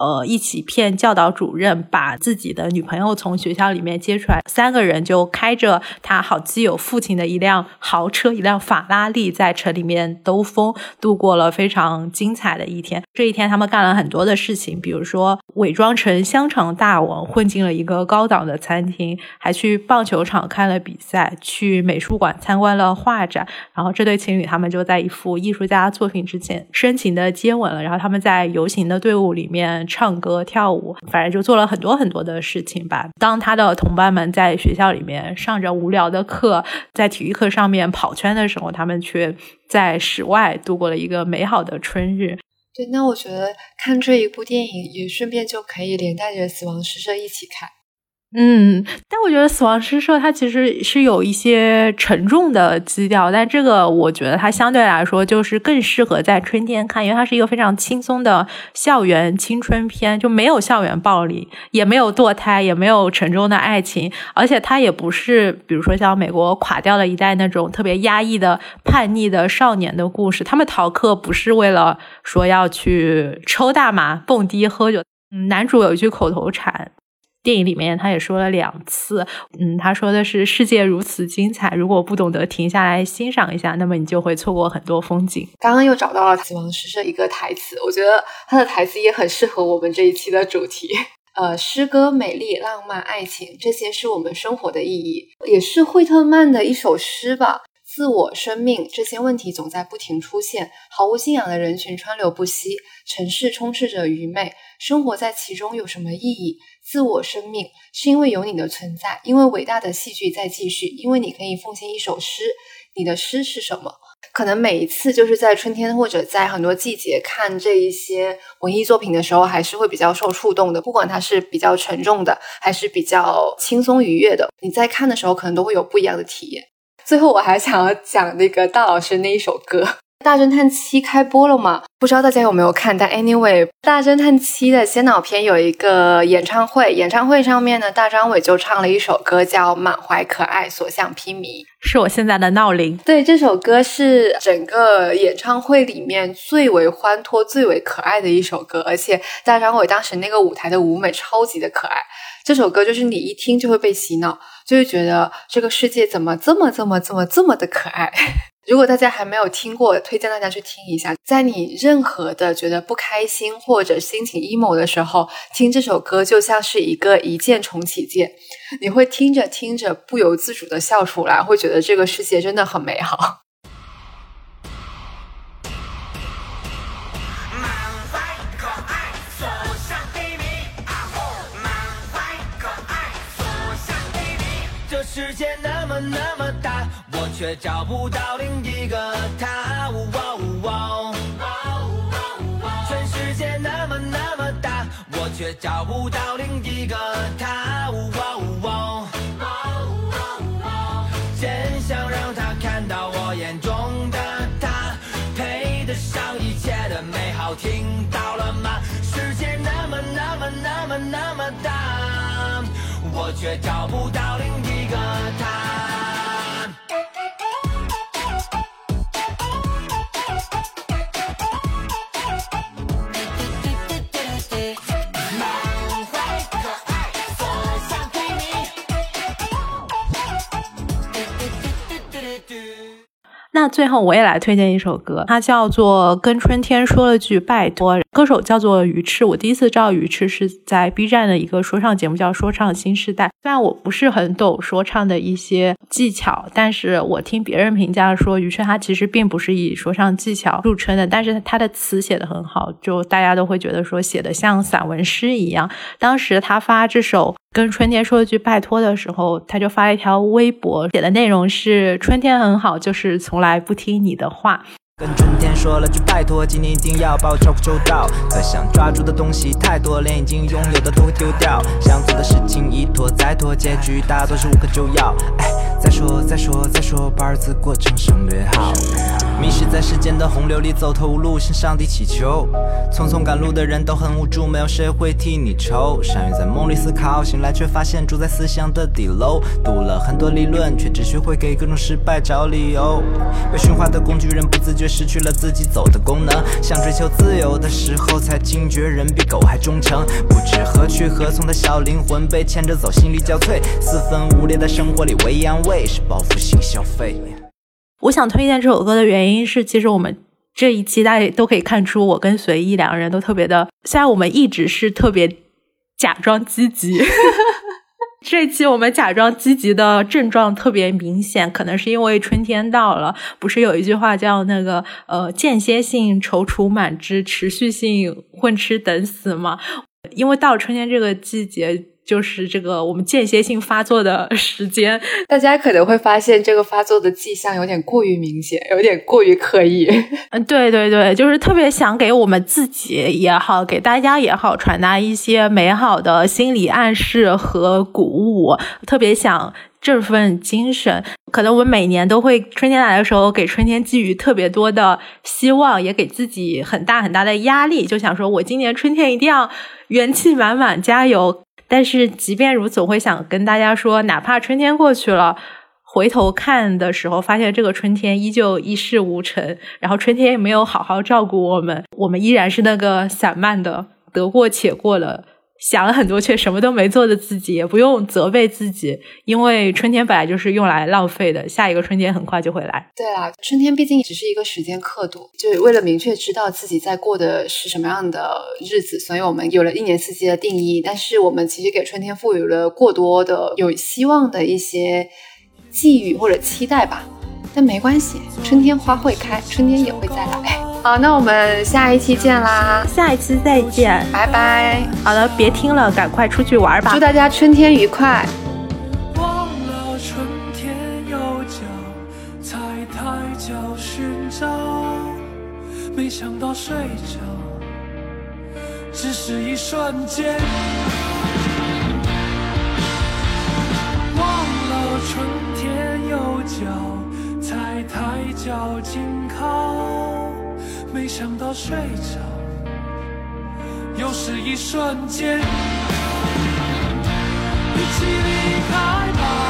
一起骗教导主任把自己的女朋友从学校里面接出来，3个人就开着他好基友父亲的一辆豪车，一辆法拉利，在城里面兜风，度过了非常精彩的一天。这一天他们干了很多的事情，比如说伪装成香肠大王混进了一个高档的餐厅，还去棒球场看了比赛，去美术馆参观了画展，然后这对情侣他们就在一幅艺术家作品之前深情的接吻了，然后他们在游行的队伍里面唱歌跳舞，反正就做了很多很多的事情吧。当他的同伴们在学校里面上着无聊的课，在体育课上面跑圈的时候，他们却在室外度过了一个美好的春日。 对，那我觉得看这一部电影也顺便就可以连带着死亡诗社一起看。 但我觉得死亡诗社它其实是有一些沉重的基调，但这个我觉得它相对来说就是更适合在春天看，因为它是一个非常轻松的校园青春片，就没有校园暴力，也没有堕胎，也没有沉重的爱情，而且它也不是比如说像美国垮掉了一代那种特别压抑的叛逆的少年的故事，他们逃课不是为了说要去抽大麻蹦迪喝酒。男主有一句口头禅，电影里面他也说了2次，他说的是世界如此精彩，如果不懂得停下来欣赏一下，那么你就会错过很多风景。 刚刚又找到了死亡诗社一个台词，我觉得他的台词也很适合我们这一期的主题。诗歌、美丽、浪漫、爱情，这些是我们生活的意义，也是惠特曼的一首诗吧。自我、生命，这些问题总在不停出现，毫无信仰的人群川流不息，城市充斥着愚昧，生活在其中有什么意义？自我、生命，是因为有你的存在，因为伟大的戏剧在继续，因为你可以奉献一首诗。你的诗是什么？可能每一次就是在春天或者在很多季节看这一些文艺作品的时候，还是会比较受触动的，不管它是比较沉重的还是比较轻松愉悦的，你在看的时候可能都会有不一样的体验。最后我还想要讲那个大老师那一首歌。大侦探7开播了吗？不知道大家有没有看，但 anyway 大侦探7的先导片有一个演唱会，演唱会上面呢，大张伟就唱了一首歌叫满怀可爱所向披靡， 是我现在的闹铃。 对，这首歌是整个演唱会里面最为欢脱最为可爱的一首歌，而且大张伟当时那个舞台的舞美超级的可爱，这首歌就是你一听就会被洗脑，就会觉得这个世界怎么这么的可爱。如果大家还没有听过，推荐大家去听一下。在你任何的觉得不开心或者心情 emo 的时候，听这首歌就像是一键重启键，你会听着听着不由自主的笑出来，会觉得这个世界真的很美好。 世界那么大，我却找不到另一个他。全世界那么大，我却找不到另一个他。真想让他看到我眼中的他，配得上一切的美好，听到了吗？世界那么大，我却找不到另一个他。 那最后我也来推荐一首歌，它叫做跟春天说了句拜托，歌手叫做鱼翅。我第一次知道鱼翅是在 B 站的一个说唱节目叫说唱新时代。虽然我不是很懂说唱的一些技巧，但是我听别人评价说鱼翅他其实并不是以说唱技巧著称的，但是他的词写得很好，就大家都会觉得说写得像散文诗一样。当时他发这首跟春天说了句拜托的时候，他就发了一条微博，写的内容是春天很好，就是从来不听你的话。 跟春天说了句拜托，今年一定要把我照顾周到。可想抓住的东西太多，连已经拥有的都会丢掉。想做的事情一拖再拖，结局大多是无可救药。 再说，把日子过成省略号。迷失在时间的洪流里，走投无路，向上帝祈求。匆匆赶路的人都很无助，没有谁会替你愁。善于在梦里思考，醒来却发现住在思想的底楼。读了很多理论，却只学会给各种失败找理由。被驯化的工具人不自觉失去了自己走的功能，想追求自由的时候才惊觉人比狗还忠诚。不知何去何从的小灵魂被牵着走，心力交瘁。四分五裂的生活里唯一安慰是报复性消费。 我想推荐这首歌的原因是，其实我们这一期大家都可以看出，我跟随意两个人都特别的，虽然我们一直是特别假装积极这一期我们假装积极的症状特别明显，可能是因为春天到了，不是有一句话叫那个间歇性踌躇满志，持续性混吃等死吗？因为到了春天这个季节，就是这个我们间歇性发作的时间， 大家可能会发现这个发作的迹象有点过于明显，有点过于刻意。 对对对，就是特别想给我们自己也好，给大家也好，传达一些美好的心理暗示和鼓舞，特别想振奋精神。可能我们每年都会春天来的时候给春天寄予特别多的希望，也给自己很大很大的压力，就想说我今年春天一定要元气满满加油。但是即便如此，我会想跟大家说，哪怕春天过去了，回头看的时候发现这个春天依旧一事无成，然后春天也没有好好照顾我们，我们依然是那个散漫的得过且过的想了很多却什么都没做的自己，也不用责备自己，因为春天本来就是用来浪费的，下一个春天很快就会来。 对啦，春天毕竟只是一个时间刻度，就是为了明确知道自己在过的是什么样的日子，所以我们有了一年四季的定义，但是我们其实给春天赋予了过多的有希望的一些寄语或者期待吧。但没关系，春天花会开，春天也会再来。好，那我们下一期见啦， 下一期再见， 拜拜。 好了，别听了，赶快出去玩吧， 祝大家春天愉快。 忘了春天有脚，才抬脚寻找，没想到睡着只是一瞬间。忘了春天有脚，才抬脚紧靠，没想到睡着又是一瞬间。一起离开吧。